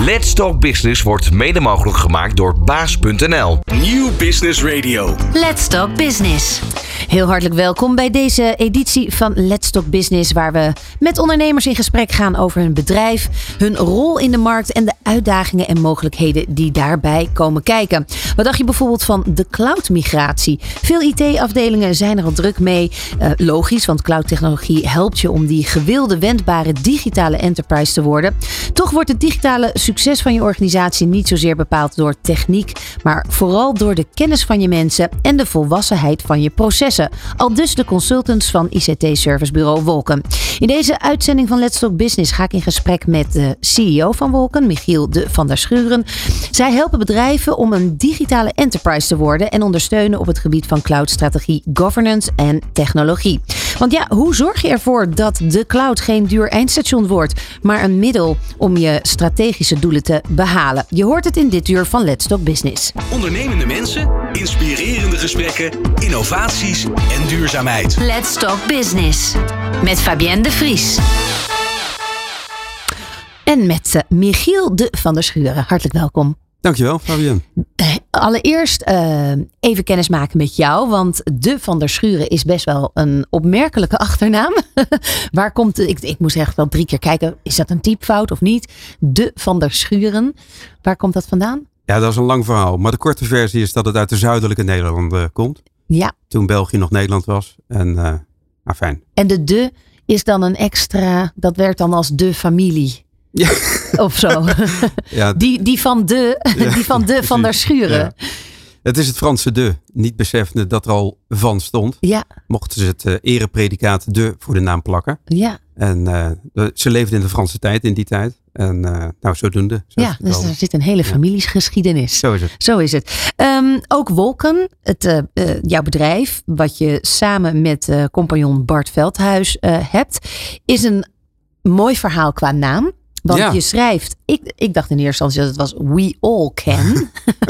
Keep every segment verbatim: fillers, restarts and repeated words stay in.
Let's Talk Business wordt mede mogelijk gemaakt door baas punt n l. Nieuw Business Radio. Let's Talk Business. Heel hartelijk welkom bij deze editie van Let's Talk Business, waar we met ondernemers in gesprek gaan over hun bedrijf, hun rol in de markt en de uitdagingen en mogelijkheden die daarbij komen kijken. Wat dacht je bijvoorbeeld van de cloud-migratie? Veel I T-afdelingen zijn er al druk mee. Uh, logisch, want cloud-technologie helpt je om die gewilde, wendbare digitale enterprise te worden. Toch wordt het digitale succes van je organisatie niet zozeer bepaald door techniek, maar vooral door de kennis van je mensen en de volwassenheid van je processen. Al dus de consultants van I C T-servicebureau Wolken. In deze uitzending van Let's Talk Business ga ik in gesprek met de C E O van Wolken, Michiel de van der Schuren. Zij helpen bedrijven om een digitale enterprise te worden en ondersteunen op het gebied van cloudstrategie, governance en technologie. Want ja, hoe zorg je ervoor dat de cloud geen duur eindstation wordt, maar een middel om je strategische doelen te behalen? Je hoort het in dit uur van Let's Talk Business. Ondernemende mensen, inspirerende gesprekken, innovaties en duurzaamheid. Let's Talk Business met Fabienne de Vries. En met uh, Michiel de van der Schuren. Hartelijk welkom. Dankjewel, Fabienne. Uh, allereerst uh, even kennis maken met jou, want de van der Schuren is best wel een opmerkelijke achternaam. Waar komt de, ik, ik moest echt wel drie keer kijken, is dat een typfout of niet? De van der Schuren. Waar komt dat vandaan? Ja, dat is een lang verhaal. Maar de korte versie is dat het uit de zuidelijke Nederlanden komt. Ja. Toen België nog Nederland was. En uh, nou, fijn. En de de is dan een extra, dat werkt dan als de familie. Ja. Of zo. Ja. Die, die van de, Ja, die van de precies. van der Schuren. Ja. Het is het Franse de. Niet beseffende dat er al van stond. Ja. Mochten ze het uh, erepredicaat de voor de naam plakken. Ja. En uh, ze leefden in de Franse tijd in die tijd. En uh, nou, zodoende. Zo Ja, dus er zit een hele familiegeschiedenis. Zo is het. Zo is het. Um, ook Wolken, het, uh, uh, jouw bedrijf, wat je samen met uh, compagnon Bart Veldhuis uh, hebt, is een mooi verhaal qua naam. Want ja. je schrijft, ik, ik dacht in eerste instantie dat het was we all can.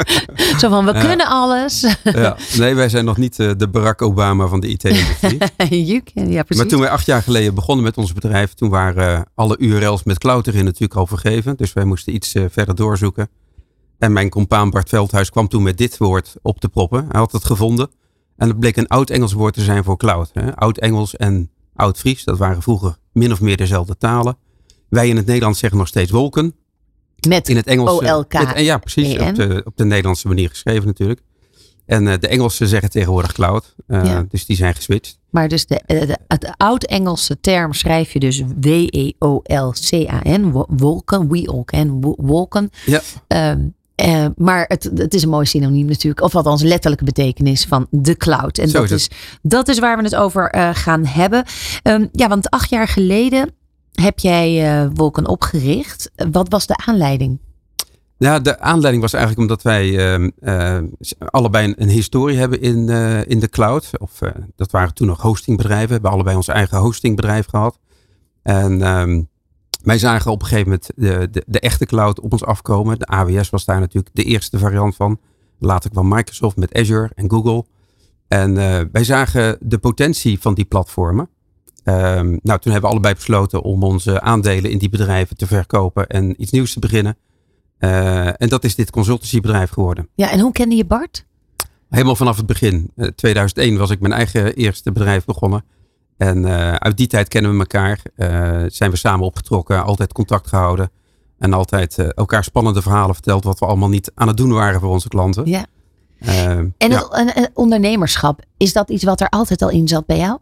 Zo van, we ja. kunnen alles. Ja. Nee, wij zijn nog niet uh, de Barack Obama van de I T-industrie. You can, ja, precies. Maar toen wij acht jaar geleden begonnen met ons bedrijf, toen waren uh, alle U R L's met cloud erin natuurlijk al vergeven. Dus wij moesten iets uh, verder doorzoeken. En mijn compaan Bart Veldhuis kwam toen met dit woord op te proppen. Hij had het gevonden. En het bleek een oud-Engels woord te zijn voor cloud. Oud-Engels en Oud-Fries, dat waren vroeger min of meer dezelfde talen. Wij in het Nederlands zeggen nog steeds wolken. Met in het Engels, O L K. Met, ja, precies. Op de, op de Nederlandse manier geschreven natuurlijk. En uh, de Engelsen zeggen tegenwoordig cloud. Uh, ja. Dus die zijn geswitcht. Maar dus de, de, de, de oud-Engelse term schrijf je dus W E O L C A N. Wolken. We all can. Wolken. Ja. Um, Uh, maar het, het is een mooi synoniem natuurlijk. Of althans letterlijke betekenis van de cloud. En Zo dat is, is, dat is waar we het over uh, gaan hebben. Um, ja, want acht jaar geleden heb jij uh, Wolken opgericht. Wat was de aanleiding? Ja, de aanleiding was eigenlijk omdat wij uh, uh, allebei een, een historie hebben in, uh, in de cloud. Of uh, dat waren toen nog hostingbedrijven. We hebben allebei ons eigen hostingbedrijf gehad. En um, wij zagen op een gegeven moment de, de, de echte cloud op ons afkomen. De A W S was daar natuurlijk de eerste variant van. Later kwam Microsoft met Azure en Google. En uh, wij zagen de potentie van die platformen. Um, nou, toen hebben we allebei besloten om onze aandelen in die bedrijven te verkopen en iets nieuws te beginnen. Uh, en dat is dit consultancybedrijf geworden. Ja, en hoe kende je Bart? Helemaal vanaf het begin. Uh, tweeduizend één was ik mijn eigen eerste bedrijf begonnen. En uh, uit die tijd kennen we elkaar. Uh, zijn we samen opgetrokken. Altijd contact gehouden. En altijd uh, elkaar spannende verhalen verteld. Wat we allemaal niet aan het doen waren voor onze klanten. Ja. Uh, en ja. het, het ondernemerschap. Is dat iets wat er altijd al in zat bij jou?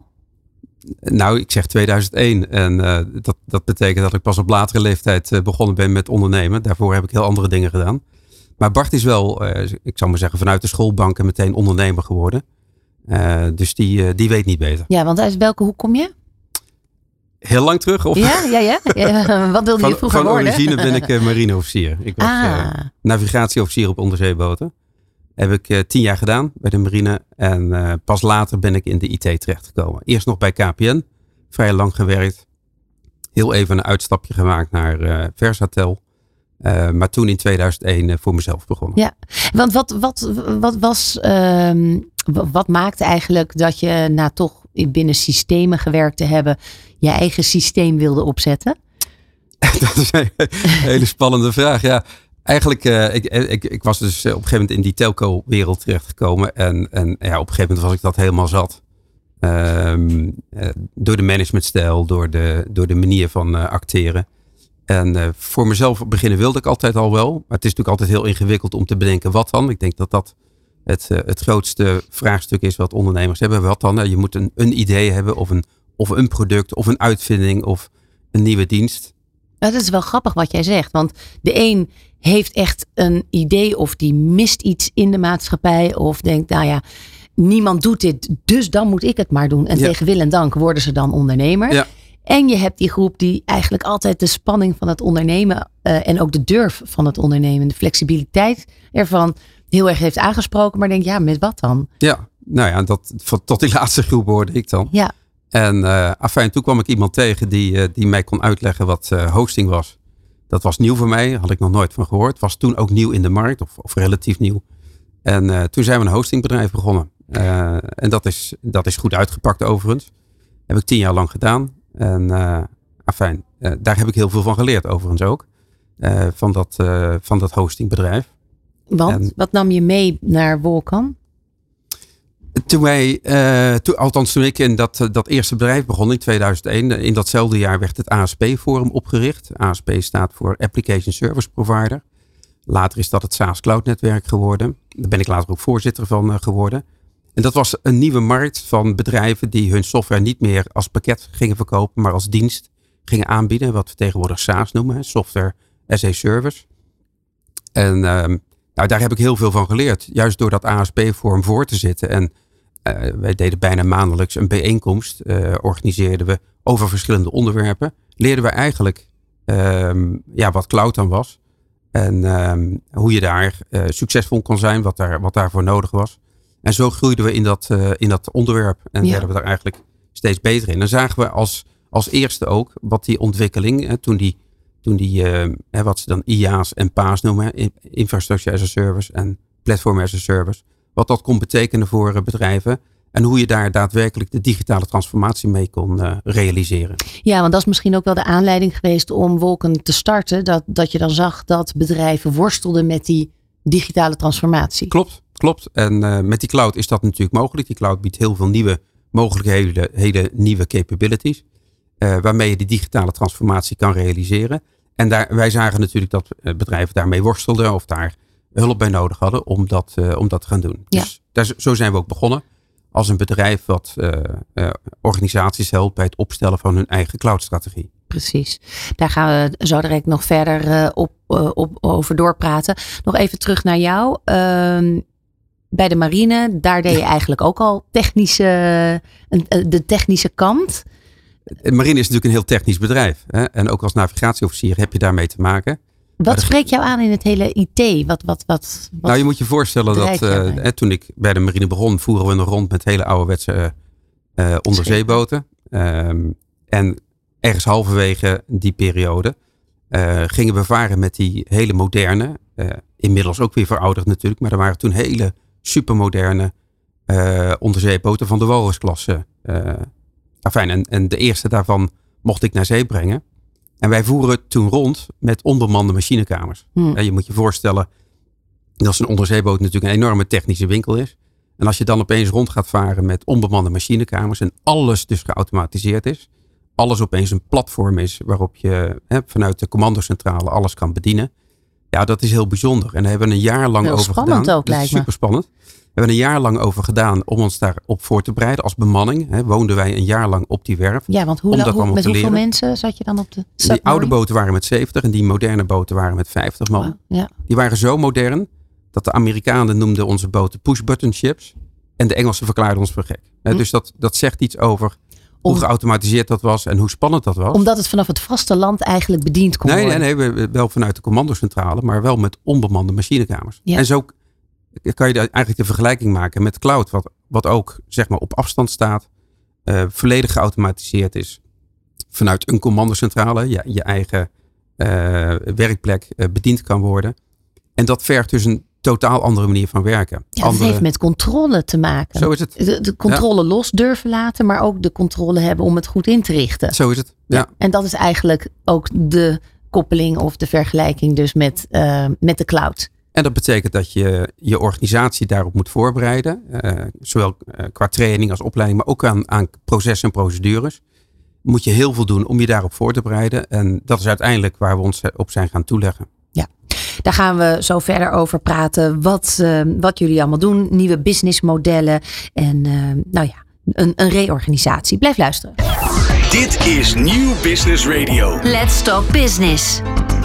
Nou, ik zeg tweeduizend één. En uh, dat, dat betekent dat ik pas op latere leeftijd uh, begonnen ben met ondernemen. Daarvoor heb ik heel andere dingen gedaan. Maar Bart is wel, uh, ik zou maar zeggen, vanuit de schoolbank en meteen ondernemer geworden. Uh, dus die, uh, die weet niet beter. Ja, want uit welke hoek kom je? Heel lang terug? Of? Ja, ja, ja. ja. Wat wilde je vroeger van worden? Van origine ben ik uh, marineofficier. Ik was ah. uh, navigatieofficier op onderzeeboten. Heb ik uh, tien jaar gedaan bij de marine. En uh, pas later ben ik in de I T terechtgekomen. Eerst nog bij K P N. Vrij lang gewerkt. Heel even een uitstapje gemaakt naar uh, Versatel. Uh, maar toen in tweeduizend één uh, voor mezelf begonnen. Ja, want wat, wat, wat was... Um, wat maakte eigenlijk dat je na toch binnen systemen gewerkt te hebben... je eigen systeem wilde opzetten? Dat is een hele spannende vraag. Ja, eigenlijk, uh, ik, ik, ik was dus op een gegeven moment in die telco-wereld terechtgekomen. En, en ja, op een gegeven moment was ik dat helemaal zat. Um, uh, door de managementstijl, door de, door de manier van uh, acteren. En uh, voor mezelf beginnen wilde ik altijd al wel. Maar het is natuurlijk altijd heel ingewikkeld om te bedenken wat dan. Ik denk dat dat het, uh, het grootste vraagstuk is wat ondernemers hebben. Wat dan? Uh, je moet een, een idee hebben of een, of een product of een uitvinding of een nieuwe dienst. Dat is wel grappig wat jij zegt. Want de een heeft echt een idee of die mist iets in de maatschappij. Of denkt, nou ja, niemand doet dit, dus dan moet ik het maar doen. En ja. tegen wil en dank worden ze dan ondernemer. Ja. En je hebt die groep die eigenlijk altijd de spanning van het ondernemen uh, en ook de durf van het ondernemen, de flexibiliteit ervan heel erg heeft aangesproken. Maar denk, ja, met wat dan? Ja, nou ja, dat, tot die laatste groep hoorde ik dan. Ja. En uh, afijn, toen kwam ik iemand tegen die, uh, die mij kon uitleggen wat uh, hosting was. Dat was nieuw voor mij, had ik nog nooit van gehoord. Was toen ook nieuw in de markt, of, of relatief nieuw. En uh, toen zijn we een hostingbedrijf begonnen. Uh, en dat is, dat is goed uitgepakt overigens. Heb ik tien jaar lang gedaan. En uh, afijn, uh, daar heb ik heel veel van geleerd overigens ook. Uh, van, dat, uh, van dat hostingbedrijf. Want, en, wat nam je mee naar Volcan? Toen wij, uh, toen, althans toen ik in dat, dat eerste bedrijf begon in tweeduizend één. In datzelfde jaar werd het A S P Forum opgericht. A S P staat voor Application Service Provider. Later is dat het SaaS Cloud netwerk geworden. Daar ben ik later ook voorzitter van uh, geworden. En dat was een nieuwe markt van bedrijven die hun software niet meer als pakket gingen verkopen, maar als dienst gingen aanbieden. Wat we tegenwoordig SaaS noemen, Software as a Service. En um, nou, daar heb ik heel veel van geleerd. Juist door dat A S P-forum voor te zitten. En uh, wij deden bijna maandelijks een bijeenkomst. Uh, organiseerden we over verschillende onderwerpen. Leerden we eigenlijk um, ja, wat cloud dan was. En um, hoe je daar uh, succesvol kon zijn, wat, daar, wat daarvoor nodig was. En zo groeiden we in dat, uh, in dat onderwerp. En ja. werden we daar eigenlijk steeds beter in. En zagen we als, als eerste ook wat die ontwikkeling, hè, toen die, toen die uh, hè, wat ze dan I A's en P A's noemen, Infrastructure as a Service en Platform as a Service, wat dat kon betekenen voor uh, bedrijven. En hoe je daar daadwerkelijk de digitale transformatie mee kon uh, realiseren. Ja, want dat is misschien ook wel de aanleiding geweest om Volcan te starten. Dat, dat je dan zag dat bedrijven worstelden met die digitale transformatie. Klopt, klopt. En uh, met die cloud is dat natuurlijk mogelijk. Die cloud biedt heel veel nieuwe mogelijkheden, hele nieuwe capabilities. Uh, waarmee je die digitale transformatie kan realiseren. En daar, wij zagen natuurlijk dat uh, bedrijven daarmee worstelden of daar hulp bij nodig hadden om dat, uh, om dat te gaan doen. Ja. Dus daar, zo zijn we ook begonnen. Als een bedrijf wat uh, uh, organisaties helpt bij het opstellen van hun eigen cloudstrategie. Precies. Daar gaan we zo direct nog verder uh, op, uh, op, over doorpraten. Nog even terug naar jou. Uh, bij de marine, daar deed je eigenlijk ook al technische, uh, de technische kant. De marine is natuurlijk een heel technisch bedrijf. Hè? En ook als navigatieofficier heb je daarmee te maken. Wat spreekt jou aan in het hele I T? Wat, wat, wat, wat nou, je moet je voorstellen dat uh, hè, toen ik bij de marine begon, voeren we nog rond met hele ouderwetse uh, onderzeeboten. Um, en ergens halverwege die periode uh, gingen we varen met die hele moderne, uh, inmiddels ook weer verouderd natuurlijk, maar er waren toen hele supermoderne uh, onderzeeboten van de walrusklasse. Uh, afijn, en, en de eerste daarvan mocht ik naar zee brengen. En wij voeren toen rond met onbemande machinekamers. Hmm. En je moet je voorstellen dat een onderzeeboot natuurlijk een enorme technische winkel is. En als je dan opeens rond gaat varen met onbemande machinekamers en alles dus geautomatiseerd is. Alles opeens een platform is waarop je hè, vanuit de commandocentrale alles kan bedienen. Ja, dat is heel bijzonder. En daar hebben we een jaar lang heel over spannend gedaan. Ook, dat is super spannend. We hebben een jaar lang over gedaan om ons daarop voor te bereiden. Als bemanning hè, woonden wij een jaar lang op die werf. Ja, want hoe, hoe, met hoeveel mensen zat je dan op de submarine? Die oude boten waren met zeventig en die moderne boten waren met vijftig man. Wow, ja. Die waren zo modern dat de Amerikanen noemden onze boten push-button ships. En de Engelsen verklaarden ons voor gek. Hm. Dus dat, dat zegt iets over hoe geautomatiseerd dat was en hoe spannend dat was. Omdat het vanaf het vasteland eigenlijk bediend kon nee, worden. Nee, nee, wel vanuit de commandocentrale, maar wel met onbemande machinekamers. Ja. En zo kan je eigenlijk de vergelijking maken met cloud, wat, wat ook zeg maar op afstand staat, uh, volledig geautomatiseerd is. Vanuit een commandocentrale, ja, je eigen uh, werkplek uh, bediend kan worden. En dat vergt dus een totaal andere manier van werken. Ja, dat andere... heeft met controle te maken. Zo is het. De, de controle ja. los durven laten, maar ook de controle hebben om het goed in te richten. Zo is het, ja. ja. En dat is eigenlijk ook de koppeling of de vergelijking dus met, uh, met de cloud. En dat betekent dat je je organisatie daarop moet voorbereiden. Uh, zowel uh, qua training als opleiding, maar ook aan, aan processen en procedures. Moet je heel veel doen om je daarop voor te bereiden. En dat is uiteindelijk waar we ons op zijn gaan toeleggen. Ja, daar gaan we zo verder over praten. Wat, uh, wat jullie allemaal doen. Nieuwe businessmodellen. En uh, nou ja, een, een reorganisatie. Blijf luisteren. Dit is Nieuw Business Radio. Let's Talk Business.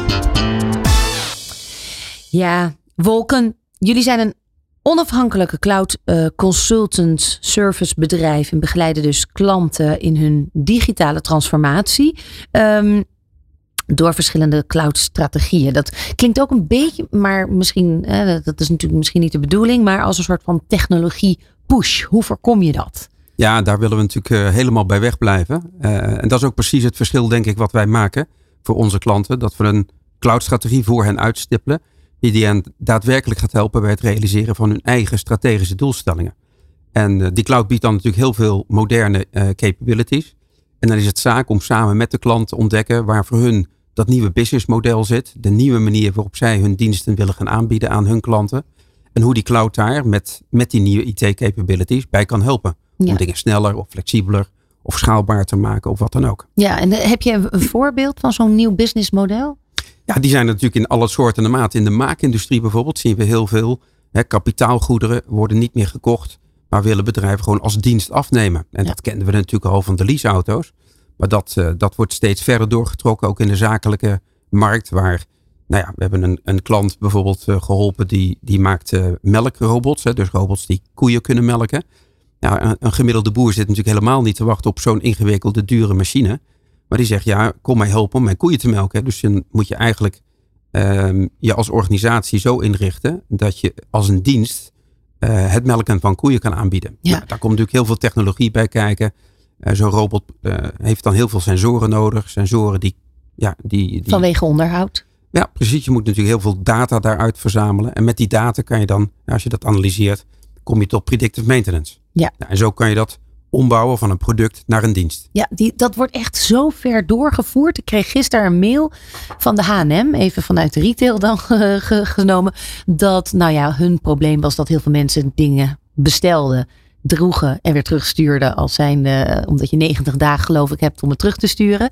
Ja, Wolken. Jullie zijn een onafhankelijke cloud uh, consultant service bedrijf. En begeleiden dus klanten in hun digitale transformatie. Um, Door verschillende cloud-strategieën. Dat klinkt ook een beetje, maar misschien, eh, dat is natuurlijk misschien niet de bedoeling, maar als een soort van technologie-push. Hoe voorkom je dat? Ja, daar willen we natuurlijk uh, helemaal bij wegblijven. Uh, en dat is ook precies het verschil, denk ik, wat wij maken voor onze klanten. Dat we een cloud-strategie voor hen uitstippelen, die, die hen daadwerkelijk gaat helpen bij het realiseren van hun eigen strategische doelstellingen. En uh, die cloud biedt dan natuurlijk heel veel moderne uh, capabilities. En dan is het zaak om samen met de klant te ontdekken waar voor hun dat nieuwe businessmodel zit. De nieuwe manier waarop zij hun diensten willen gaan aanbieden aan hun klanten. En hoe die cloud daar met, met die nieuwe I T-capabilities bij kan helpen. Ja. Om dingen sneller of flexibeler of schaalbaar te maken of wat dan ook. Ja, en heb je een voorbeeld van zo'n nieuw businessmodel? Ja, die zijn natuurlijk in alle soorten en maten. In de maakindustrie bijvoorbeeld zien we heel veel. Hè, kapitaalgoederen worden niet meer gekocht. Maar willen bedrijven gewoon als dienst afnemen. En ja. dat kenden we natuurlijk al van de leaseauto's. Maar dat, uh, dat wordt steeds verder doorgetrokken. Ook in de zakelijke markt. Waar, nou ja, we hebben een, een klant bijvoorbeeld uh, geholpen. Die, die maakt uh, melkrobots. Hè, dus robots die koeien kunnen melken. Ja, een, een gemiddelde boer zit natuurlijk helemaal niet te wachten op zo'n ingewikkelde, dure machine. Maar die zegt, ja, kom mij helpen om mijn koeien te melken. Dus dan moet je eigenlijk uh, je als organisatie zo inrichten. Dat je als een dienst Uh, het melken van koeien kan aanbieden. Ja. Nou, daar komt natuurlijk heel veel technologie bij kijken. Uh, zo'n robot uh, heeft dan heel veel sensoren nodig. Sensoren die, ja, die, die... Vanwege onderhoud. Ja, precies. Je moet natuurlijk heel veel data daaruit verzamelen. En met die data kan je dan, als je dat analyseert, kom je tot predictive maintenance. Ja. Nou, en zo kan je dat ombouwen van een product naar een dienst. Ja, die, dat wordt echt zo ver doorgevoerd. Ik kreeg gisteren een mail van de H en M, even vanuit de retail dan uh, genomen, dat nou ja, hun probleem was dat heel veel mensen dingen bestelden, droegen en weer terugstuurden als zijnde, omdat je negentig dagen geloof ik hebt om het terug te sturen.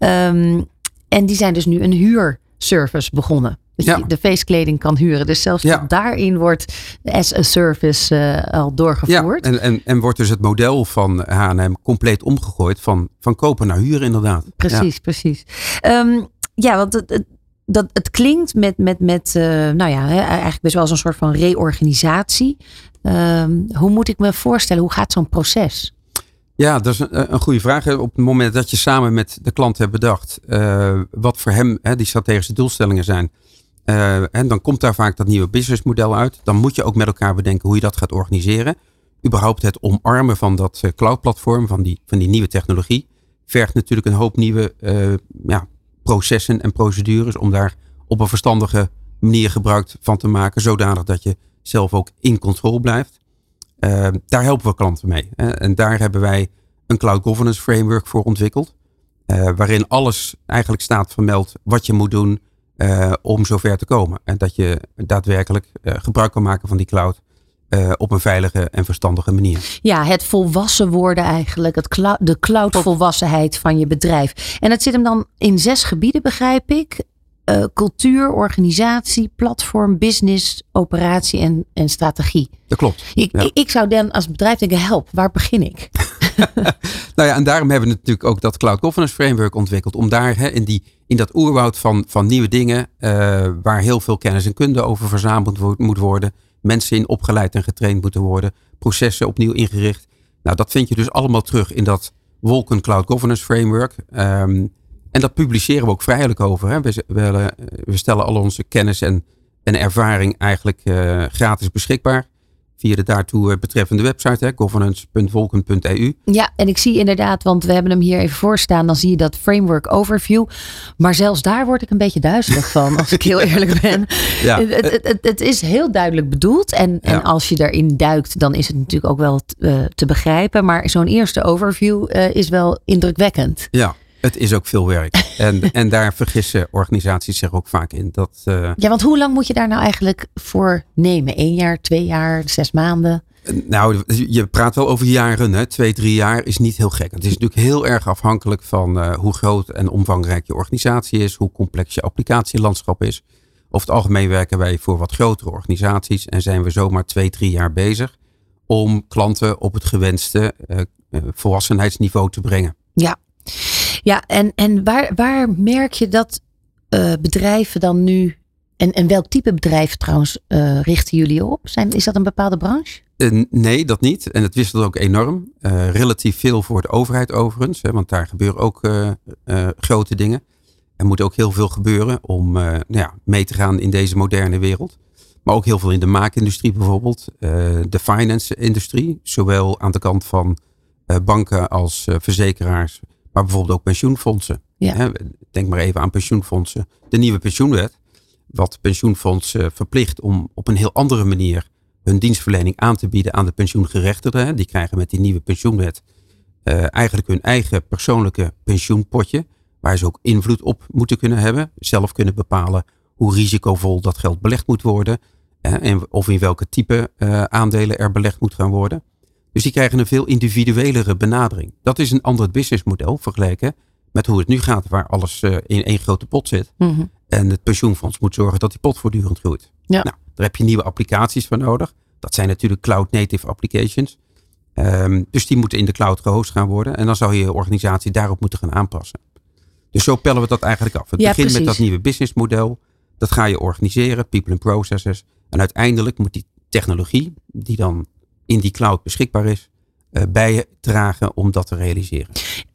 Um, en die zijn dus nu een huurservice begonnen. Dat ja. je de feestkleding kan huren. Dus zelfs ja. daarin wordt as a service uh, al doorgevoerd. Ja, en, en, en wordt dus het model van H en M compleet omgegooid van, van kopen naar huren inderdaad. Precies, ja. precies. Um, ja, want het, het, dat, het klinkt met, met, met uh, nou ja, hè, eigenlijk best wel als een soort van reorganisatie. Um, hoe moet ik me voorstellen? Hoe gaat zo'n proces? Ja, dat is een, een goede vraag. Op het moment dat je samen met de klant hebt bedacht uh, wat voor hem hè, die strategische doelstellingen zijn. Uh, en dan komt daar vaak dat nieuwe businessmodel uit. Dan moet je ook met elkaar bedenken hoe je dat gaat organiseren. Überhaupt het omarmen van dat uh, cloudplatform, van die, van die nieuwe technologie, vergt natuurlijk een hoop nieuwe uh, ja, processen en procedures om daar op een verstandige manier gebruik van te maken, zodanig dat je zelf ook in controle blijft. Uh, daar helpen we klanten mee. Hè? En daar hebben wij een cloud governance framework voor ontwikkeld. Uh, waarin alles eigenlijk staat vermeld wat je moet doen uh, om zover te komen. En dat je daadwerkelijk uh, gebruik kan maken van die cloud uh, op een veilige en verstandige manier. Ja, het volwassen worden eigenlijk. Het cloud, de cloudvolwassenheid van je bedrijf. En dat zit hem dan in zes gebieden, begrijp ik. Uh, cultuur, organisatie, platform, business, operatie en, en strategie. Dat klopt. Ik, ja. ik zou dan als bedrijf denken, help, waar begin ik? Nou ja, en daarom hebben we natuurlijk ook dat Cloud Governance Framework ontwikkeld. Om daar hè, in, die, in dat oerwoud van, van nieuwe dingen, uh, waar heel veel kennis en kunde over verzameld moet worden. Mensen in opgeleid en getraind moeten worden. Processen opnieuw ingericht. Nou, dat vind je dus allemaal terug in dat Wolken Cloud Governance Framework. Um, En dat publiceren we ook vrijelijk over. Hè. We, we, we stellen al onze kennis en, en ervaring eigenlijk uh, gratis beschikbaar. Via de daartoe betreffende website, hè, governance punt wolken punt e u. Ja, en ik zie inderdaad, want we hebben hem hier even voor staan. Dan zie je dat framework overview. Maar zelfs daar word ik een beetje duizelig van, als ik heel eerlijk ben. Ja. Het, het, het, het is heel duidelijk bedoeld. En, ja. en als je erin duikt, dan is het natuurlijk ook wel t, uh, te begrijpen. Maar zo'n eerste overview uh, is wel indrukwekkend. Ja. Het is ook veel werk. En, en daar vergissen organisaties zich ook vaak in. Dat, uh, ja, want hoe lang moet je daar nou eigenlijk voor nemen? Eén jaar, twee jaar, zes maanden? Nou, je praat wel over jaren. Hè? Twee, drie jaar is niet heel gek. Het is natuurlijk heel erg afhankelijk van uh, hoe groot en omvangrijk je organisatie is. Hoe complex je applicatielandschap is. Over het algemeen werken wij voor wat grotere organisaties. En zijn we zomaar twee, drie jaar bezig. Om klanten op het gewenste uh, uh, volwassenheidsniveau te brengen. Ja, ja en, en waar, waar merk je dat uh, bedrijven dan nu... En, en welk type bedrijf trouwens uh, richten jullie op? Zijn, is dat een bepaalde branche? Uh, nee, dat niet. En het wisselt ook enorm. Uh, relatief veel voor de overheid overigens. Hè, want daar gebeuren ook uh, uh, grote dingen. Er moet ook heel veel gebeuren om uh, nou ja, mee te gaan in deze moderne wereld. Maar ook heel veel in de maakindustrie bijvoorbeeld. Uh, de finance-industrie. Zowel aan de kant van uh, banken als uh, verzekeraars. Maar bijvoorbeeld ook pensioenfondsen. Ja. Hè, denk maar even aan pensioenfondsen. De nieuwe pensioenwet. Wat pensioenfondsen verplicht om op een heel andere manier hun dienstverlening aan te bieden aan de pensioengerechtigden. Die krijgen met die nieuwe pensioenwet uh, eigenlijk hun eigen persoonlijke pensioenpotje. Waar ze ook invloed op moeten kunnen hebben. Zelf kunnen bepalen hoe risicovol dat geld belegd moet worden. Uh, en of in welke type uh, aandelen er belegd moet gaan worden. Dus die krijgen een veel individuelere benadering. Dat is een ander businessmodel vergeleken met hoe het nu gaat. Waar alles uh, in één grote pot zit. Mm-hmm. En het pensioenfonds moet zorgen dat die pot voortdurend groeit. Ja. Nou, daar heb je nieuwe applicaties voor nodig. Dat zijn natuurlijk cloud native applications. Um, dus die moeten in de cloud gehost gaan worden. En dan zou je je organisatie daarop moeten gaan aanpassen. Dus zo pellen we dat eigenlijk af. Het ja, begint precies. met dat nieuwe businessmodel. Dat ga je organiseren, people and processes. En uiteindelijk moet die technologie die dan in die cloud beschikbaar is, uh, bijdragen om dat te realiseren.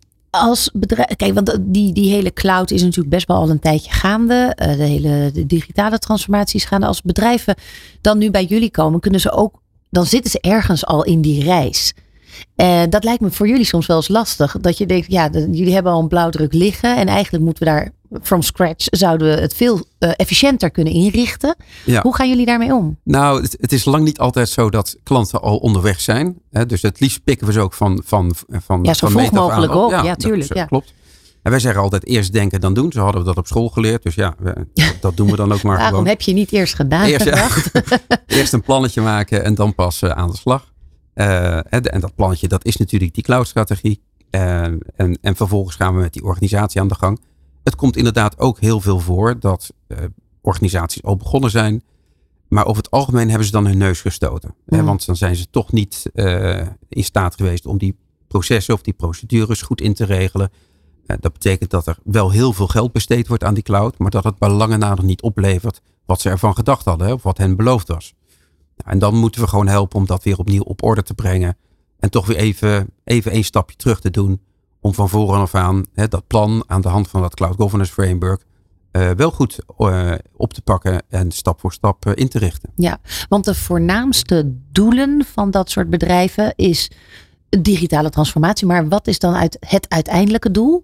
Als bedrijf, kijk, want die, die hele cloud is natuurlijk best wel al een tijdje gaande. De hele de digitale transformatie is gaande. Als bedrijven dan nu bij jullie komen, kunnen ze ook, dan zitten ze ergens al in die reis. Uh, dat lijkt me voor jullie soms wel eens lastig. Dat je denkt, ja, de, jullie hebben al een blauwdruk liggen. En eigenlijk moeten we daar, from scratch, zouden we het veel uh, efficiënter kunnen inrichten. Ja. Hoe gaan jullie daarmee om? Nou, het, het is lang niet altijd zo dat klanten al onderweg zijn. Hè? Dus het liefst pikken we ze ook van van van Ja, zo van vroeg mogelijk op. Ja, ja, tuurlijk. Dat, ja. Klopt. En wij zeggen altijd eerst denken dan doen. Zo hadden we dat op school geleerd. Dus ja, we, dat doen we dan ook maar Waarom gewoon. heb je niet eerst gedaan? Eerst, ja, eerst een plannetje maken en dan pas uh, aan de slag. Uh, en dat plannetje, dat is natuurlijk die cloud-strategie. Uh, en, en vervolgens gaan we met die organisatie aan de gang. Het komt inderdaad ook heel veel voor dat uh, organisaties al begonnen zijn. Maar over het algemeen hebben ze dan hun neus gestoten. Mm. Hè, want dan zijn ze toch niet uh, in staat geweest om die processen of die procedures goed in te regelen. Uh, dat betekent dat er wel heel veel geld besteed wordt aan die cloud. Maar dat het bij lange na nog niet oplevert wat ze ervan gedacht hadden. Hè, of wat hen beloofd was. En dan moeten we gewoon helpen om dat weer opnieuw op orde te brengen. En toch weer even, even een stapje terug te doen. Om van voren aan hè, dat plan aan de hand van dat Cloud Governance Framework uh, wel goed uh, op te pakken en stap voor stap uh, in te richten. Ja, want de voornaamste doelen van dat soort bedrijven is digitale transformatie. Maar wat is dan uit het uiteindelijke doel?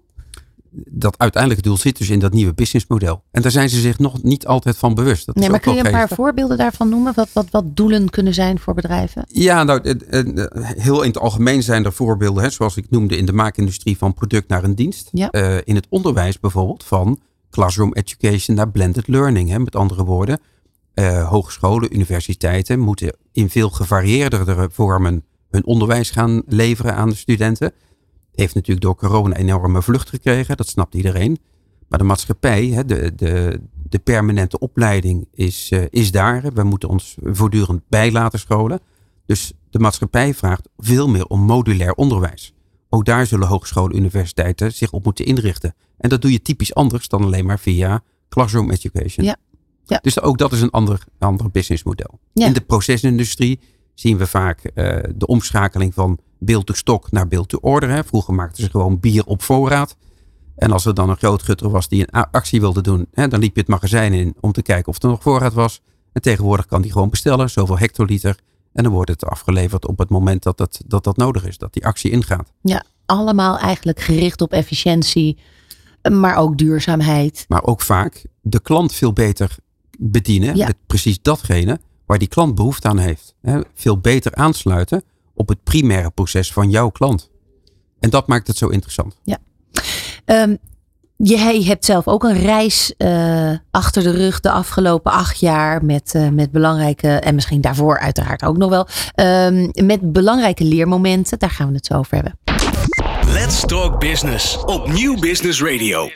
Dat uiteindelijke doel zit dus in dat nieuwe businessmodel. En daar zijn ze zich nog niet altijd van bewust. Dat nee, maar kun je een paar geestig. voorbeelden daarvan noemen? Wat, wat, wat doelen kunnen zijn voor bedrijven? Ja, nou, heel in het algemeen zijn er voorbeelden. Hè, zoals ik noemde in de maakindustrie van product naar een dienst. Ja. Uh, in het onderwijs bijvoorbeeld van classroom education naar blended learning. Hè, met andere woorden, uh, hogescholen, universiteiten moeten in veel gevarieerdere vormen hun onderwijs gaan leveren aan de studenten. Heeft natuurlijk door corona een enorme vlucht gekregen. Dat snapt iedereen. Maar de maatschappij, de, de, de permanente opleiding is, is daar. We moeten ons voortdurend bij laten scholen. Dus de maatschappij vraagt veel meer om modulair onderwijs. Ook daar zullen hogescholen en universiteiten zich op moeten inrichten. En dat doe je typisch anders dan alleen maar via classroom education. Ja. Ja. Dus ook dat is een ander, ander businessmodel. Ja. In de procesindustrie zien we vaak uh, de omschakeling van beeld to stock naar beeld to order. Hè. Vroeger maakten ze gewoon bier op voorraad. En als er dan een grootgutter was die een actie wilde doen, hè, dan liep je het magazijn in om te kijken of er nog voorraad was. En tegenwoordig kan die gewoon bestellen, zoveel hectoliter. En dan wordt het afgeleverd op het moment dat dat, dat, dat nodig is, dat die actie ingaat. Ja, allemaal eigenlijk gericht op efficiëntie, maar ook duurzaamheid. Maar ook vaak de klant veel beter bedienen Ja. met precies datgene waar die klant behoefte aan heeft. Hè. Veel beter aansluiten op het primaire proces van jouw klant. En dat maakt het zo interessant. Ja. Um, Jij hebt zelf ook een reis uh, achter de rug de afgelopen acht jaar met, uh, met belangrijke, en misschien daarvoor uiteraard ook nog wel, um, met belangrijke leermomenten. Daar gaan we het zo over hebben. Let's Talk Business op Nieuw Business Radio.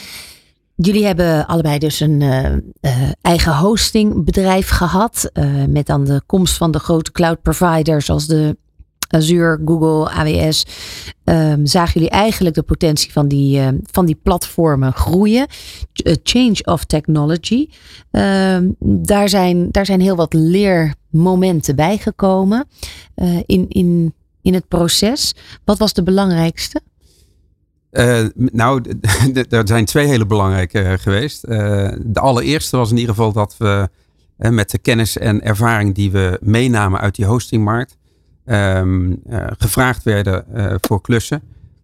Jullie hebben allebei dus een uh, uh, eigen hostingbedrijf gehad. Uh, met dan de komst van de grote cloud providers als de Azure, Google, A W S. Um, zagen jullie eigenlijk de potentie van die, uh, van die platformen groeien. A change of technology. Um, daar, zijn, daar zijn heel wat leermomenten bijgekomen uh, in, in, in het proces. Wat was de belangrijkste? Uh, nou, er zijn twee hele belangrijke uh, geweest. Uh, de allereerste was in ieder geval dat we uh, met de kennis en ervaring die we meenamen uit die hostingmarkt Um, uh, gevraagd werden uh, voor klussen.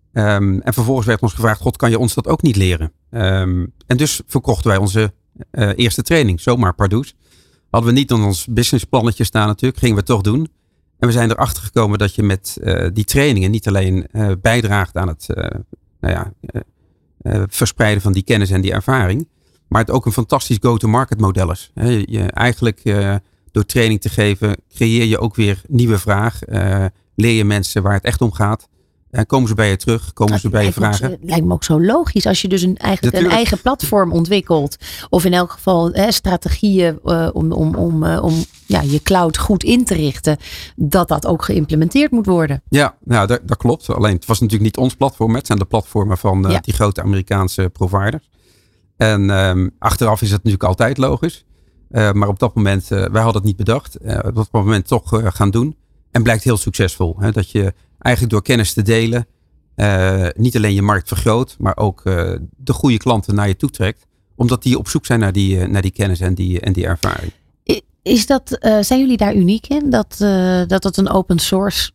Um, en vervolgens werd ons gevraagd, god, kan je ons dat ook niet leren? Um, en dus verkochten wij onze uh, eerste training, zomaar pardoes. Hadden we niet in ons businessplannetje staan natuurlijk, gingen we toch doen. En we zijn erachter gekomen dat je met uh, die trainingen niet alleen uh, bijdraagt aan het uh, nou ja, uh, uh, verspreiden van die kennis en die ervaring, maar het ook een fantastisch go-to-market model is. He, je, je eigenlijk uh, door training te geven, creëer je ook weer nieuwe vraag. Uh, leer je mensen waar het echt om gaat. En komen ze bij je terug? Komen ze bij je vragen? Het lijkt me ook zo logisch. Als je dus een, eigenlijk een eigen platform ontwikkelt. Of in elk geval hè, strategieën uh, om, om, om, uh, om ja, je cloud goed in te richten. Dat dat ook geïmplementeerd moet worden. Ja, nou, dat, dat klopt. Alleen het was natuurlijk niet ons platform. Het zijn de platformen van uh, ja. die grote Amerikaanse providers. En um, achteraf is het natuurlijk altijd logisch. Uh, maar op dat moment, uh, wij hadden het niet bedacht. Uh, op dat moment toch uh, gaan doen. En blijkt heel succesvol. Hè? Dat je eigenlijk door kennis te delen. Uh, niet alleen je markt vergroot. Maar ook uh, de goede klanten naar je toe trekt. Omdat die op zoek zijn naar die, uh, naar die kennis en die, en die ervaring. Is dat, uh, zijn jullie daar uniek in? Dat, uh, dat het een open source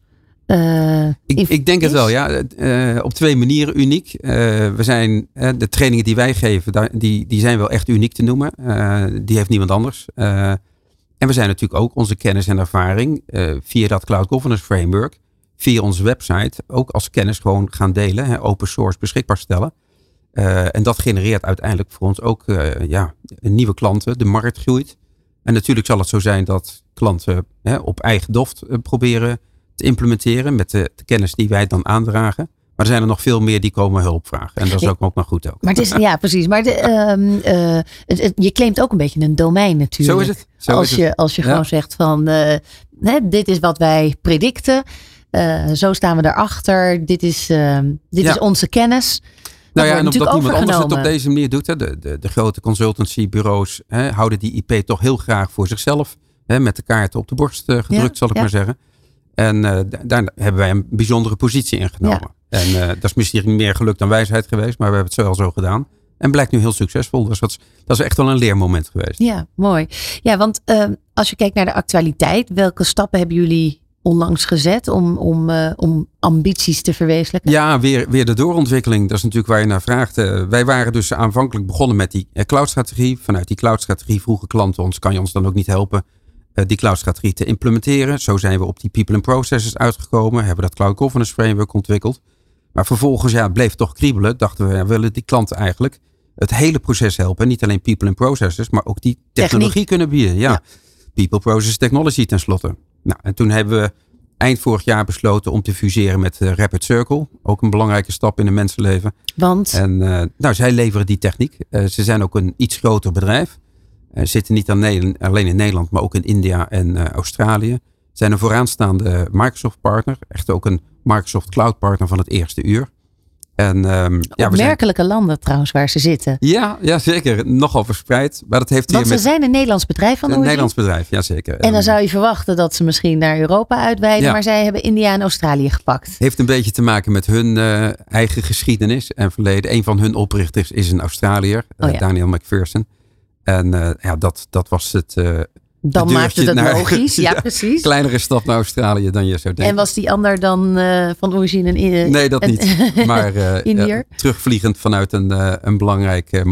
uh, ik, ik denk is? het wel, ja. Uh, op twee manieren uniek. Uh, we zijn, uh, de trainingen die wij geven, die, die zijn wel echt uniek te noemen. Uh, die heeft niemand anders. Uh, en we zijn natuurlijk ook onze kennis en ervaring uh, via dat Cloud Governance Framework, via onze website, ook als kennis gewoon gaan delen, hè, open source beschikbaar stellen. Uh, en dat genereert uiteindelijk voor ons ook uh, ja, nieuwe klanten. De markt groeit. En natuurlijk zal het zo zijn dat klanten hè, op eigen doft uh, proberen te implementeren met de, de kennis die wij dan aandragen. Maar er zijn er nog veel meer die komen hulp vragen. En dat is ook, ook nog goed ook. Maar het is, ja, precies. Maar de, um, uh, het, het, je claimt ook een beetje een domein natuurlijk. Zo is het. Zo als, is je, het. als je ja. gewoon zegt van uh, hè, dit is wat wij predicten. Uh, zo staan we daarachter. Dit is, uh, dit ja. is onze kennis. Nou ja, en omdat niemand anders het op deze manier doet. Hè, de, de, de grote consultancybureaus hè, houden die I P toch heel graag voor zichzelf. Hè, met de kaarten op de borst uh, gedrukt, ja, zal ik ja. maar zeggen. En uh, daar hebben wij een bijzondere positie in genomen. Ja. En uh, dat is misschien meer geluk dan wijsheid geweest. Maar we hebben het zo al zo gedaan. En blijkt nu heel succesvol. Dus dat is, dat is echt wel een leermoment geweest. Ja, mooi. Ja, want uh, als je kijkt naar de actualiteit. Welke stappen hebben jullie onlangs gezet om, om, uh, om ambities te verwezenlijken? Ja, weer, weer de doorontwikkeling. Dat is natuurlijk waar je naar vraagt. Uh, wij waren dus aanvankelijk begonnen met die uh, cloudstrategie. Vanuit die cloudstrategie vroegen klanten ons, kan je ons dan ook niet helpen uh, die cloudstrategie te implementeren? Zo zijn we op die people and processes uitgekomen. Hebben dat Cloud Governance Framework ontwikkeld. Maar vervolgens ja, bleef het toch kriebelen. Dachten we, ja, willen die klanten eigenlijk het hele proces helpen. Niet alleen people and processes, maar ook die technologie Techniek. kunnen bieden. Ja. ja. People, process, technology tenslotte. Nou, en toen hebben we eind vorig jaar besloten om te fuseren met uh, Rapid Circle. Ook een belangrijke stap in een mensenleven. Want? En uh, nou, zij leveren die techniek. Uh, ze zijn ook een iets groter bedrijf. Uh, zitten niet alleen, alleen in Nederland, maar ook in India en uh, Australië. Zijn een vooraanstaande Microsoft partner. Echt ook een Microsoft Cloud partner van het eerste uur. En, um, ja, opmerkelijke zijn... landen trouwens waar ze zitten. Ja, ja, zeker. Nogal verspreid. Maar dat heeft Want weer ze met... zijn een Nederlands bedrijf van Een Nederlands bedrijf, ja zeker. En dan zou je verwachten dat ze misschien naar Europa uitweiden. Ja. Maar zij hebben India en Australië gepakt. Heeft een beetje te maken met hun uh, eigen geschiedenis en verleden. Een van hun oprichters is een Australiër. Oh, ja. uh, Daniel McPherson. En uh, ja, dat, dat was het... Uh, Dan maakte het naar, logisch, ja, ja precies. Kleinere stap naar Australië dan je zou denken. En was die ander dan uh, van origine in uh, Nee, dat niet. Maar uh, ja, terugvliegend vanuit een, uh, een belangrijk uh,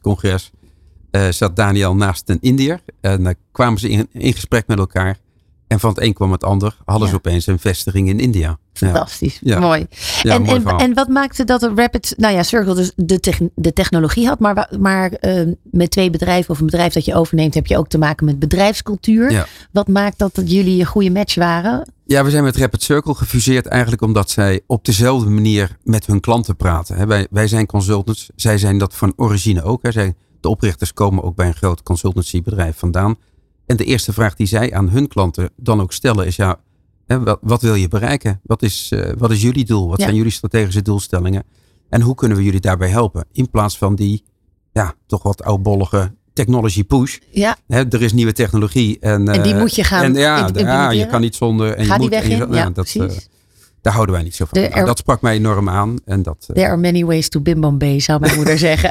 Microsoft-congres uh, zat Daniel naast een Indiër. En uh, kwamen ze in, in gesprek met elkaar. En van het een kwam het ander. Hadden ze Ja. opeens een vestiging in India. Fantastisch, Ja. mooi. Ja, en, mooi en, verhaal. en wat maakte dat de Rapid, nou ja, Circle dus de, techn- de technologie had, maar, wa- maar uh, met twee bedrijven of een bedrijf dat je overneemt, heb je ook te maken met bedrijfscultuur. Ja. Wat maakt dat jullie een goede match waren? Ja, we zijn met Rapid Circle gefuseerd eigenlijk omdat zij op dezelfde manier met hun klanten praten. Hè, wij, wij zijn consultants, zij zijn dat van origine ook. Hè. Zij, de oprichters komen ook bij een groot consultancybedrijf vandaan. En de eerste vraag die zij aan hun klanten dan ook stellen is, ja, hè, wat, wat wil je bereiken? Wat is, uh, wat is jullie doel? Wat Ja. zijn jullie strategische doelstellingen? En hoe kunnen we jullie daarbij helpen? In plaats van die, ja, toch wat oudbollige technology push. Ja. Hè, er is nieuwe technologie. En, En die uh, moet je gaan en, ja, imp- ja, je implementeren. kan niet zonder. En Ga je die moet, weg en je- in? Ja, dat, precies. uh, daar houden wij niet zo van. De- Nou, er- dat sprak mij enorm aan. En dat, uh, There are many ways to Bim Bam Bay, zou mijn moeder zeggen.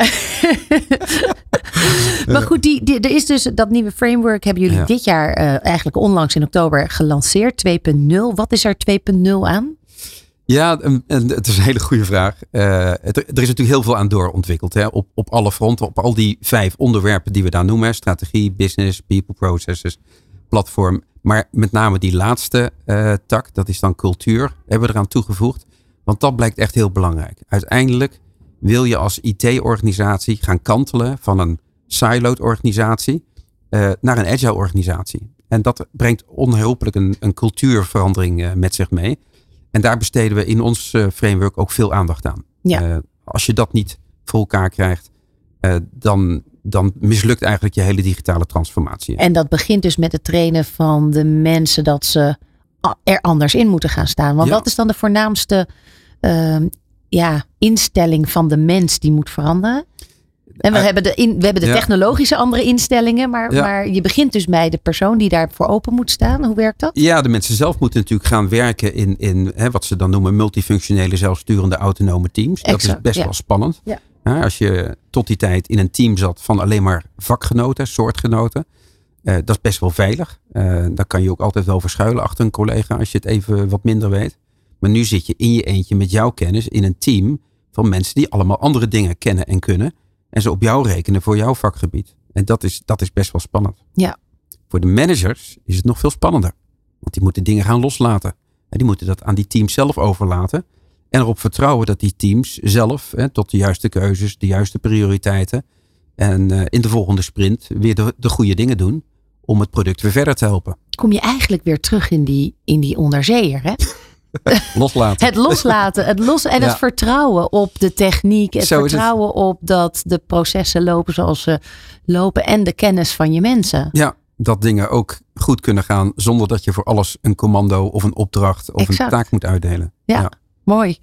Maar goed, die, die, er is dus dat nieuwe framework hebben jullie Ja. dit jaar uh, eigenlijk onlangs in oktober gelanceerd, twee punt nul. Wat is er twee punt nul aan? Ja, en, en het is een hele goede vraag. Uh, het, er is natuurlijk heel veel aan doorontwikkeld. Hè? Op, op alle fronten, op al die vijf onderwerpen die we daar noemen. Strategie, business, people, processes, platform. Maar met name die laatste uh, tak, dat is dan cultuur, hebben we eraan toegevoegd. Want dat blijkt echt heel belangrijk. Uiteindelijk wil je als I T-organisatie gaan kantelen van een siloed organisatie uh, naar een agile organisatie. En dat brengt onherroepelijk een, een cultuurverandering uh, met zich mee. En daar besteden we in ons uh, framework ook veel aandacht aan. Ja. Uh, als je dat niet voor elkaar krijgt, uh, dan, dan mislukt eigenlijk je hele digitale transformatie. En dat begint dus met het trainen van de mensen dat ze er anders in moeten gaan staan. Want Ja. wat is dan de voornaamste uh, ja, instelling van de mens die moet veranderen? En we Uh, hebben de, in, we hebben de ja. technologische andere instellingen, maar, Ja. maar je begint dus bij de persoon die daarvoor open moet staan. Hoe werkt dat? Ja, de mensen zelf moeten natuurlijk gaan werken in, in hè, wat ze dan noemen multifunctionele zelfsturende autonome teams. Dat Exact, is best ja. wel spannend. Ja. Ja, als je tot die tijd in een team zat van alleen maar vakgenoten, soortgenoten. Uh, dat is best wel veilig. Uh, daar kan je ook altijd wel verschuilen achter een collega als je het even wat minder weet. Maar nu zit je in je eentje met jouw kennis in een team van mensen die allemaal andere dingen kennen en kunnen. En ze op jou rekenen voor jouw vakgebied. En dat is, dat is best wel spannend. Ja. Voor de managers is het nog veel spannender. Want die moeten dingen gaan loslaten. En die moeten dat aan die teams zelf overlaten. En erop vertrouwen dat die teams zelf hè, tot de juiste keuzes, de juiste prioriteiten. En uh, in de volgende sprint weer de, de goede dingen doen. Om het product weer verder te helpen. Kom je eigenlijk weer terug in die, in die onderzeeër, hè? Loslaten. Het loslaten, het los en Ja. het vertrouwen op de techniek. Het Zo is het. vertrouwen op dat de processen lopen zoals ze lopen. En de kennis van je mensen. Ja, dat dingen ook goed kunnen gaan zonder dat je voor alles een commando of een opdracht of Exact. een taak moet uitdelen. Ja, Ja. mooi.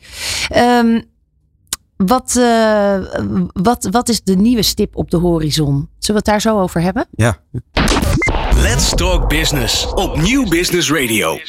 Um, wat, uh, wat, wat is de nieuwe stip op de horizon? Zullen we het daar zo over hebben? Ja. Let's Talk Business op Nieuw Business Radio.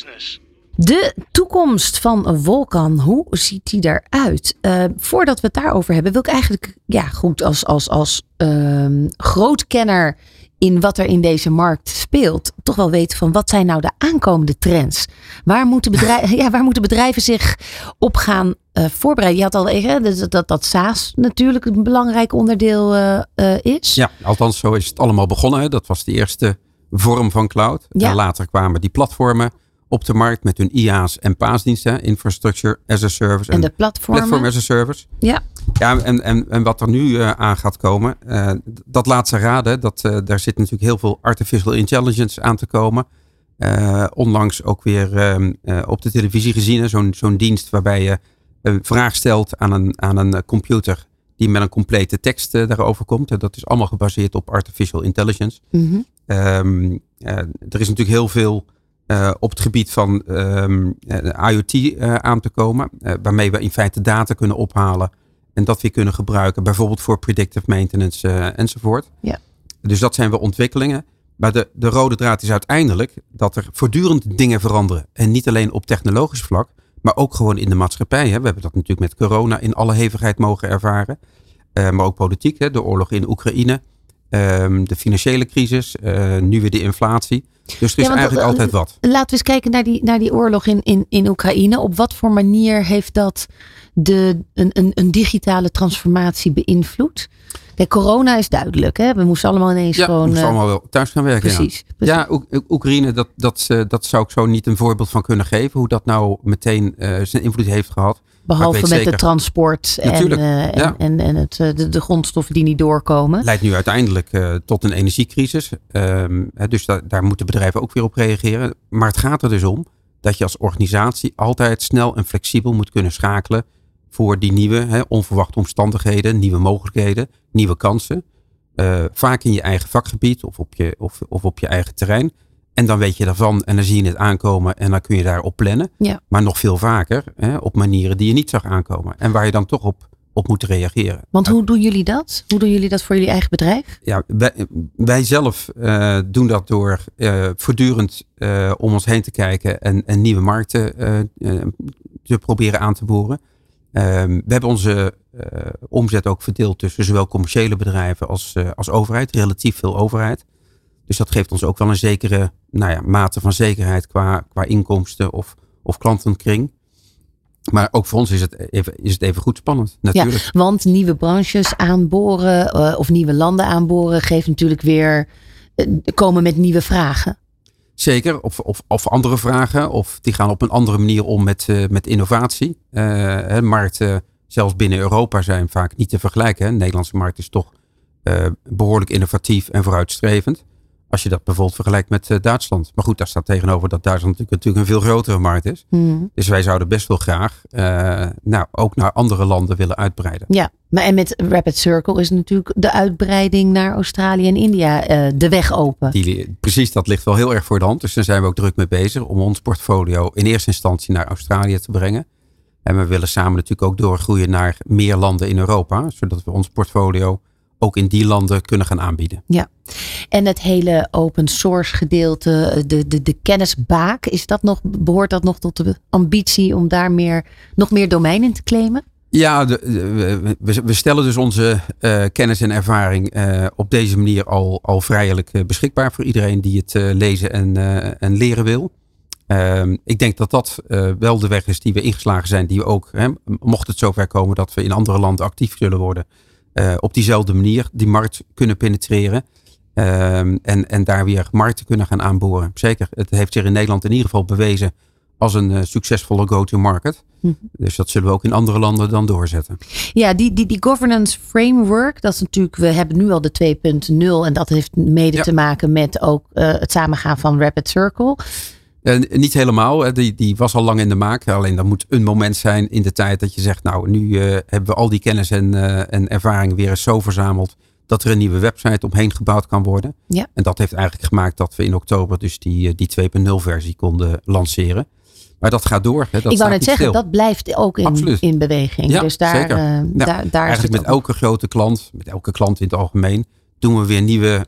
De toekomst van Volcan, hoe ziet die eruit? Uh, voordat we het daarover hebben, wil ik eigenlijk ja, goed als, als, als uh, grootkenner in wat er in deze markt speelt, toch wel weten van wat zijn nou de aankomende trends? Waar moeten bedrijven, ja, waar moeten bedrijven zich op gaan uh, voorbereiden? Je had al even dat, dat, dat SaaS natuurlijk een belangrijk onderdeel uh, uh, is. Ja, althans zo is het allemaal begonnen. Hè. Dat was de eerste vorm van cloud. Ja. En later kwamen die platformen op de markt met hun I A's en PaaS-diensten. Infrastructure as a Service. En de platformen. Platform as a Service. Ja. Ja, en, en, en wat er nu uh, aan gaat komen, uh, dat laat ze raden. Dat, uh, daar zit natuurlijk heel veel artificial intelligence aan te komen. Uh, onlangs ook weer uh, uh, op de televisie gezien. Zo'n zo'n dienst waarbij je een vraag stelt aan een, aan een computer die met een complete tekst uh, daarover komt. Uh, dat is allemaal gebaseerd op artificial intelligence. Mm-hmm. Um, uh, er is natuurlijk heel veel uh, op het gebied van um, uh, IoT uh, aan te komen. Uh, waarmee we in feite data kunnen ophalen. En dat weer kunnen gebruiken. Bijvoorbeeld voor predictive maintenance uh, enzovoort. Ja. Dus dat zijn wel ontwikkelingen. Maar de, de rode draad is uiteindelijk dat er voortdurend dingen veranderen. En niet alleen op technologisch vlak. Maar ook gewoon in de maatschappij. Hè. We hebben dat natuurlijk met corona in alle hevigheid mogen ervaren. Uh, maar ook politiek. Hè. De oorlog in Oekraïne. Um, de financiële crisis. Uh, nu weer de inflatie. Dus er is ja, want, eigenlijk uh, altijd wat. Laten we eens kijken naar die, naar die oorlog in, in, in Oekraïne. Op wat voor manier heeft dat de, een, een, een digitale transformatie beïnvloed? De corona is duidelijk. Hè? We moesten allemaal ineens ja, gewoon... we moesten uh, allemaal wel thuis gaan werken. Precies. Ja, precies. ja Oek- Oekraïne, dat, dat, uh, dat zou ik zo niet een voorbeeld van kunnen geven. Hoe dat nou meteen uh, zijn invloed heeft gehad. Behalve met zeker, het transport en, uh, ja. en, en het, de, de grondstoffen die niet doorkomen. Leidt nu uiteindelijk uh, tot een energiecrisis. Um, dus da- daar moeten bedrijven ook weer op reageren. Maar het gaat er dus om dat je als organisatie altijd snel en flexibel moet kunnen schakelen voor die nieuwe, hè, onverwachte omstandigheden, nieuwe mogelijkheden, nieuwe kansen. Uh, vaak in je eigen vakgebied of op je, of, of op je eigen terrein. En dan weet je daarvan en dan zie je het aankomen en dan kun je daarop plannen. Ja. Maar nog veel vaker hè, op manieren die je niet zag aankomen. En waar je dan toch op, op moet reageren. Want hoe doen jullie dat? Hoe doen jullie dat voor jullie eigen bedrijf? Ja, wij, wij zelf uh, doen dat door uh, voortdurend uh, om ons heen te kijken en, en nieuwe markten uh, uh, te proberen aan te boren. Uh, we hebben onze uh, omzet ook verdeeld tussen zowel commerciële bedrijven als, uh, als overheid. Relatief veel overheid. Dus dat geeft ons ook wel een zekere nou ja, mate van zekerheid qua, qua inkomsten of, of klantenkring. Maar ook voor ons is het even, is het even goed spannend, natuurlijk. Ja, want nieuwe branches aanboren uh, of nieuwe landen aanboren geeft natuurlijk weer, uh, komen met nieuwe vragen. Zeker, of, of, of andere vragen. Of die gaan op een andere manier om met, uh, met innovatie. Uh, markten, zelfs binnen Europa, zijn vaak niet te vergelijken. Hè. De Nederlandse markt is toch uh, behoorlijk innovatief en vooruitstrevend. Als je dat bijvoorbeeld vergelijkt met uh, Duitsland. Maar goed, daar staat tegenover dat Duitsland natuurlijk, natuurlijk een veel grotere markt is. Hmm. Dus wij zouden best wel graag uh, nou, ook naar andere landen willen uitbreiden. Ja, maar en met Rapid Circle is natuurlijk de uitbreiding naar Australië en India uh, de weg open. Die, precies, dat ligt wel heel erg voor de hand. Dus daar zijn we ook druk mee bezig om ons portfolio in eerste instantie naar Australië te brengen. En we willen samen natuurlijk ook doorgroeien naar meer landen in Europa. Zodat we ons portfolio ook in die landen kunnen gaan aanbieden. Ja, en het hele open source gedeelte, de, de, de kennisbaak, is dat nog, behoort dat nog tot de ambitie om daar meer, nog meer domein in te claimen? Ja, de, de, we, we stellen dus onze uh, kennis en ervaring uh, op deze manier al, al vrijelijk uh, beschikbaar voor iedereen die het uh, lezen en, uh, en leren wil. Uh, ik denk dat dat uh, wel de weg is die we ingeslagen zijn, die we ook, hè, mocht het zover komen dat we in andere landen actief zullen worden, Uh, op diezelfde manier die markt kunnen penetreren. Uh, en, en daar weer markten kunnen gaan aanboren. Zeker, het heeft zich in Nederland in ieder geval bewezen als een uh, succesvolle go-to-market. Hm. Dus dat zullen we ook in andere landen dan doorzetten. Ja, die, die, die governance framework, dat is natuurlijk, we hebben nu al de twee punt nul en dat heeft mede ja. te maken met ook uh, het samengaan van Rapid Circle. Uh, niet helemaal, die, die was al lang in de maak. Alleen dat moet een moment zijn in de tijd dat je zegt, nou nu uh, hebben we al die kennis en, uh, en ervaring weer eens zo verzameld dat er een nieuwe website omheen gebouwd kan worden. Ja. En dat heeft eigenlijk gemaakt dat we in oktober dus die, die twee punt nul versie konden lanceren. Maar dat gaat door. Hè, dat Ik wou net zeggen, stil. Dat blijft ook in, in beweging. Ja, dus daar, zeker. Uh, ja, daar, daar eigenlijk met elke grote klant, met elke klant in het algemeen, doen we weer nieuwe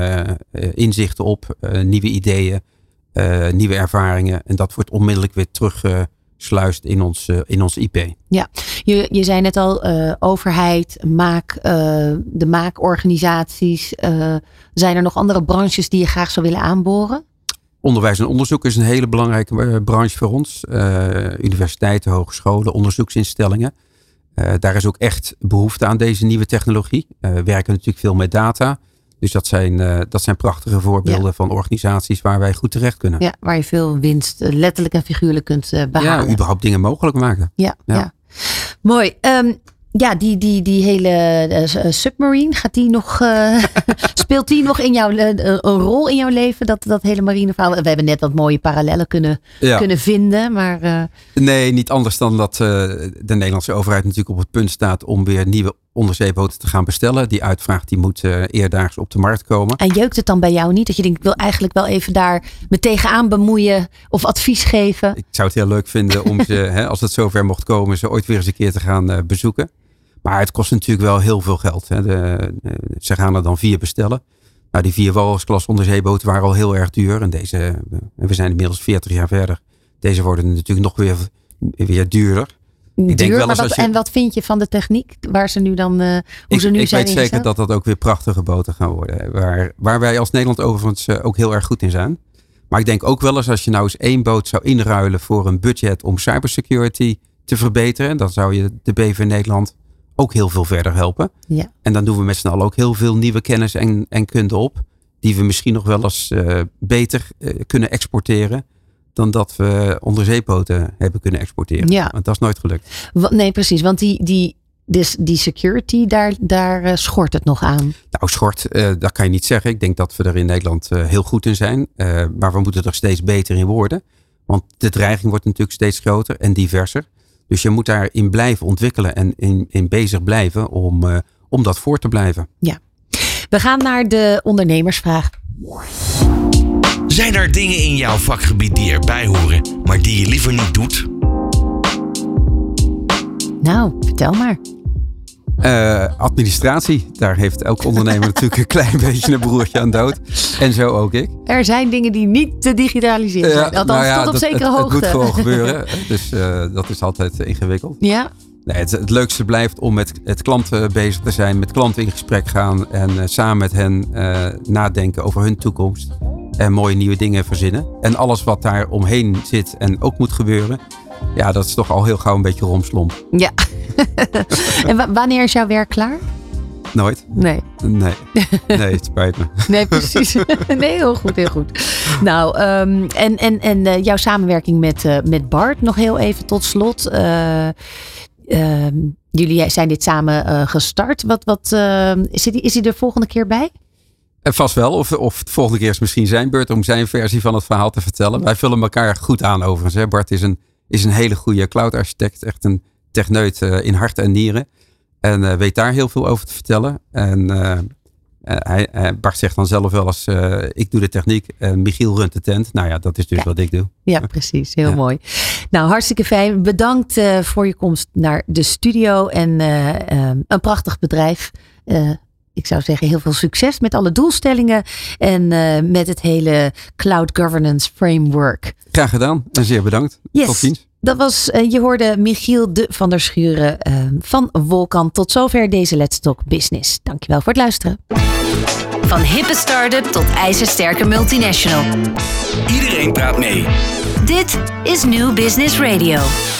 uh, inzichten op, uh, nieuwe ideeën. Uh, nieuwe ervaringen. En dat wordt onmiddellijk weer teruggesluist uh, in, ons, uh, in ons I P. Ja, je, je zei net al, uh, overheid, maak, uh, de maakorganisaties. Uh, zijn er nog andere branches die je graag zou willen aanboren? Onderwijs en onderzoek is een hele belangrijke uh, branche voor ons. Uh, universiteiten, hogescholen, onderzoeksinstellingen. Uh, daar is ook echt behoefte aan deze nieuwe technologie. Uh, we werken natuurlijk veel met data. Dus dat zijn, uh, dat zijn prachtige voorbeelden ja. van organisaties waar wij goed terecht kunnen. Ja, waar je veel winst uh, letterlijk en figuurlijk kunt uh, behalen. Ja, überhaupt dingen mogelijk maken. Ja, ja. ja. Mooi. Um, ja, die, die, die hele uh, submarine, gaat die nog, uh, speelt die nog in jouw, uh, een rol in jouw leven? Dat, dat hele marine verhaal. We hebben net wat mooie parallellen kunnen, ja. kunnen vinden. Maar, uh... Nee, niet anders dan dat uh, de Nederlandse overheid natuurlijk op het punt staat om weer nieuwe onderzeeboten te gaan bestellen. Die uitvraag die moet uh, eerdaags op de markt komen. En jeukt het dan bij jou niet? Dat je denkt, ik wil eigenlijk wel even daar me tegenaan bemoeien of advies geven? Ik zou het heel leuk vinden om ze, hè, als het zover mocht komen, ze ooit weer eens een keer te gaan uh, bezoeken. Maar het kost natuurlijk wel heel veel geld. Hè. De, de, ze gaan er dan vier bestellen. Nou, die vier walrusklas onderzeeboten waren al heel erg duur. En deze, we zijn inmiddels veertig jaar verder. Deze worden natuurlijk nog weer, weer duurder. Duur, ik denk wel maar wat, je, en wat vind je van de techniek? Waar ze nu dan, uh, hoe ik, ze nu ik zijn Ik weet ingesteld? zeker dat dat ook weer prachtige boten gaan worden. Waar, waar wij als Nederland overigens uh, ook heel erg goed in zijn. Maar ik denk ook wel eens als je nou eens één boot zou inruilen voor een budget om cybersecurity te verbeteren. Dan zou je de B V Nederland ook heel veel verder helpen. Ja. En dan doen we met z'n allen ook heel veel nieuwe kennis en, en kunde op. Die we misschien nog wel eens uh, beter uh, kunnen exporteren. Dan dat we onderzeeboten hebben kunnen exporteren. Ja. Want dat is nooit gelukt. Nee, precies. Want die, die, dus die security, daar, daar uh, schort het nog aan. Nou, schort, uh, dat kan je niet zeggen. Ik denk dat we er in Nederland uh, heel goed in zijn. Uh, maar we moeten er steeds beter in worden. Want de dreiging wordt natuurlijk steeds groter en diverser. Dus je moet daarin blijven ontwikkelen en in, in bezig blijven om, uh, om dat voor te blijven. Ja. We gaan naar de ondernemersvraag. Zijn er dingen in jouw vakgebied die erbij horen, maar die je liever niet doet? Nou, vertel maar. Uh, administratie, daar heeft elk ondernemer natuurlijk een klein beetje een broertje aan dood. En zo ook ik. Er zijn dingen die niet te digitaliseren zijn. Althans, nou ja, tot op dat, zekere het, hoogte. Het moet gewoon gebeuren. Dus uh, dat is altijd ingewikkeld. Ja. Nee, het, het leukste blijft om met het klanten bezig te zijn. Met klanten in gesprek gaan. En uh, samen met hen uh, nadenken over hun toekomst. En mooie nieuwe dingen verzinnen. En alles wat daar omheen zit en ook moet gebeuren. Ja, dat is toch al heel gauw een beetje romslomp. Ja. En w- wanneer is jouw werk klaar? Nooit. Nee. Nee. Nee, het spijt me. Nee, precies. Nee, heel goed, heel goed. Nou, um, en, en, en uh, jouw samenwerking met, uh, met Bart nog heel even tot slot. Uh, uh, jullie zijn dit samen uh, gestart. Wat, wat, uh, is, hij, is hij er volgende keer bij? En vast wel. Of, of de volgende keer is misschien zijn beurt om zijn versie van het verhaal te vertellen. Wij vullen elkaar goed aan overigens. Hè. Bart is een, is een hele goede cloud architect. Echt een techneut uh, in hart en nieren. En uh, weet daar heel veel over te vertellen. En uh, hij, hij, Bart zegt dan zelf wel eens, uh, ik doe de techniek en Michiel runt de tent. Nou ja, dat is dus ja. wat ik doe. Ja, precies. Heel ja. mooi. Nou, hartstikke fijn. Bedankt uh, voor je komst naar de studio. En uh, um, een prachtig bedrijf. Uh, Ik zou zeggen heel veel succes met alle doelstellingen en uh, met het hele Cloud Governance Framework. Graag gedaan en zeer bedankt. Yes. Tot ziens. Dat was, uh, je hoorde Michiel de van der Schuren uh, van Wolkan. Tot zover deze Let's Talk Business. Dankjewel voor het luisteren. Van hippe start-up tot ijzersterke multinational. Iedereen praat mee. Dit is New Business Radio.